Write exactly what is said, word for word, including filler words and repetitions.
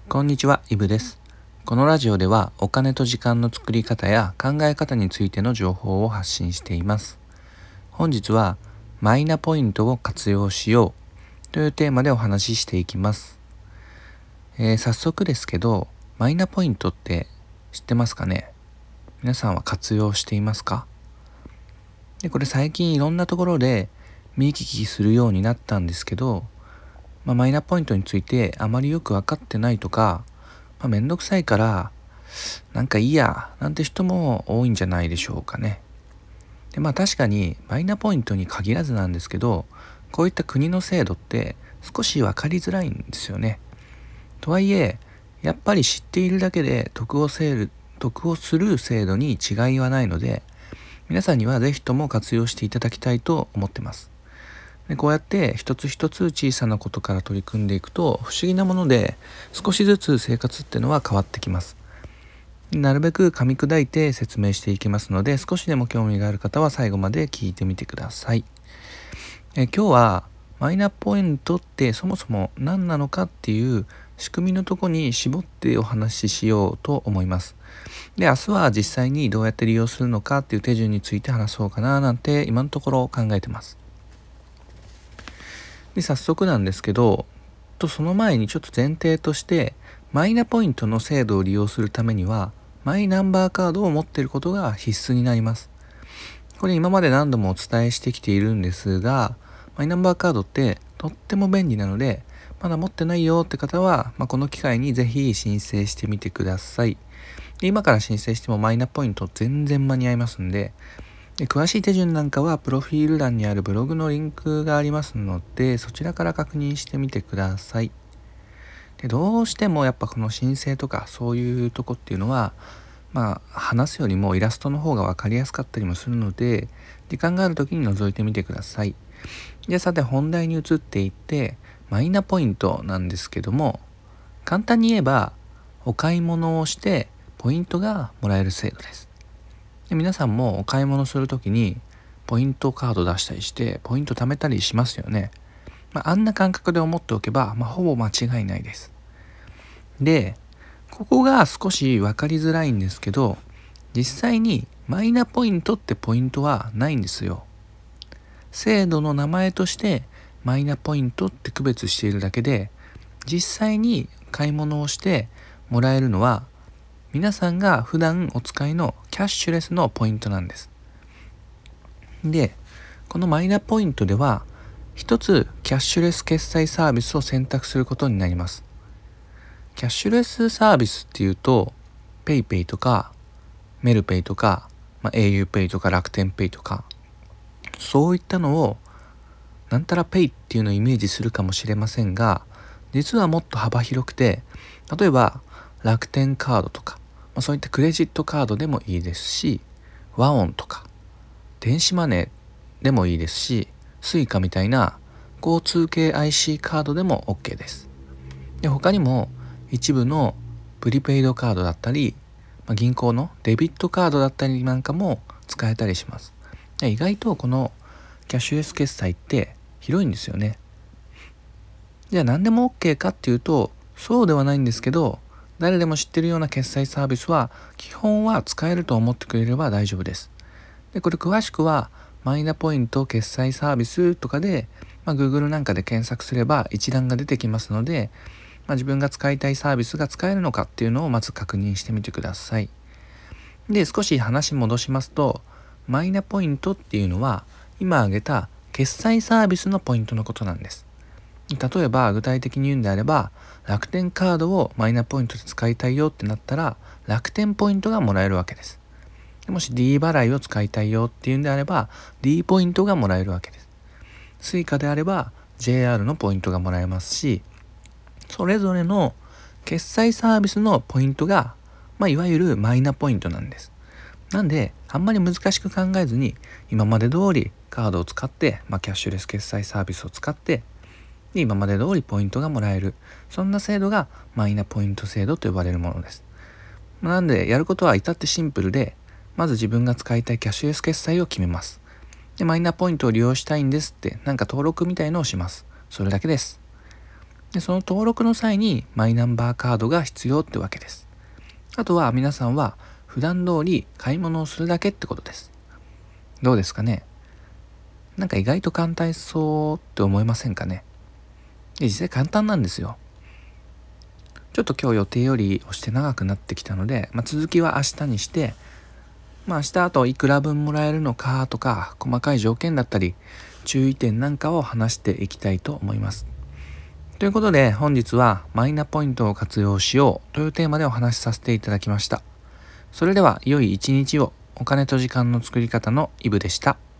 こんにちは、イブです。このラジオではお金と時間の作り方や考え方についての情報を発信しています。本日はマイナポイントを活用しようというテーマでお話ししていきます。えー、早速ですけど、マイナポイントって知ってますかね？皆さんは活用していますか？で、これ最近いろんなところで見聞きするようになったんですけど、まあ、マイナポイントについてあまりよく分かってないとか、まあ、めんどくさいからなんかいいやなんて人も多いんじゃないでしょうかね。でまあ確かにマイナポイントに限らずなんですけど、こういった国の制度って少し分かりづらいんですよね。とはいえやっぱり知っているだけで得をせる得をする制度に違いはないので、皆さんにはぜひとも活用していただきたいと思ってます。でこうやって一つ一つ小さなことから取り組んでいくと不思議なもので少しずつ生活っていうのは変わってきます。なるべく噛み砕いて説明していきますので、少しでも興味がある方は最後まで聞いてみてください。え今日はマイナポイントってそもそも何なのかっていう仕組みのとこに絞ってお話ししようと思います。で明日は実際にどうやって利用するのかっていう手順について話そうかななんて今のところ考えてます。で早速なんですけど、とその前にちょっと前提としてマイナポイントの制度を利用するためにはマイナンバーカードを持っていることが必須になります。これ今まで何度もお伝えしてきているんですが、マイナンバーカードってとっても便利なので、まだ持ってないよって方は、まあ、この機会にぜひ申請してみてください。で今から申請してもマイナポイント全然間に合いますんで、で詳しい手順なんかはプロフィール欄にあるブログのリンクがありますので、そちらから確認してみてください。でどうしてもやっぱこの申請とかそういうとこっていうのは、まあ話すよりもイラストの方が分かりやすかったりもするので、時間がある時に覗いてみてください。でさて本題に移っていって、マイナポイントなんですけども、簡単に言えばお買い物をしてポイントがもらえる制度です。で皆さんもお買い物するときにポイントカード出したりしてポイント貯めたりしますよね。まあ、あんな感覚で思っておけば、まあ、ほぼ間違いないです。でここが少し分かりづらいんですけど、実際にマイナポイントってポイントはないんですよ。制度の名前としてマイナポイントって区別しているだけで、実際に買い物をしてもらえるのは皆さんが普段お使いのキャッシュレスのポイントなんです。でこのマイナポイントでは一つキャッシュレス決済サービスを選択することになります。キャッシュレスサービスっていうと PayPay とかメルペイとか、まあ、auPay とか楽天ペイとか、そういったのをなんたらペイっていうのをイメージするかもしれませんが、実はもっと幅広くて、例えば楽天カードとか、まあ、そういったクレジットカードでもいいですし、ワオンとか電子マネーでもいいですし、スイカみたいな交通系 アイシー カードでも OK です。で他にも一部のプリペイドカードだったり、まあ、銀行のデビットカードだったりなんかも使えたりします。で意外とこのキャッシュレス決済って広いんですよね。じゃあ何でも OK かっていうとそうではないんですけど、誰でも知ってるような決済サービスは基本は使えると思ってくれれば大丈夫です。でこれ詳しくはマイナポイント決済サービスとかで、まあ、Google なんかで検索すれば一覧が出てきますので、まあ、自分が使いたいサービスが使えるのかっていうのをまず確認してみてください。で少し話戻しますと、マイナポイントっていうのは今挙げた決済サービスのポイントのことなんです。例えば具体的に言うんであれば、楽天カードをマイナポイントで使いたいよってなったら楽天ポイントがもらえるわけです。もし D 払いを使いたいよっていうんであれば D ポイントがもらえるわけです。スイカであれば ジェイアール のポイントがもらえますし、それぞれの決済サービスのポイントが、まあ、いわゆるマイナポイントなんです。なんであんまり難しく考えずに今まで通りカードを使って、まあ、キャッシュレス決済サービスを使ってで今まで通りポイントがもらえる、そんな制度がマイナポイント制度と呼ばれるものです。なんでやることは至ってシンプルで、まず自分が使いたいキャッシュレス決済を決めます。でマイナポイントを利用したいんですってなんか登録みたいのをします。それだけです。 で、その登録の際にマイナンバーカードが必要ってわけです。あとは皆さんは普段通り買い物をするだけってことです。どうですかね。なんか意外と簡単そうって思いませんかね。で、実際簡単なんですよ。ちょっと今日予定より押して長くなってきたので、まあ、続きは明日にして、まあ、明日あといくら分もらえるのかとか、細かい条件だったり注意点なんかを話していきたいと思います。ということで本日はマイナポイントを活用しようというテーマでお話しさせていただきました。それでは良い一日を。お金と時間の作り方のイブでした。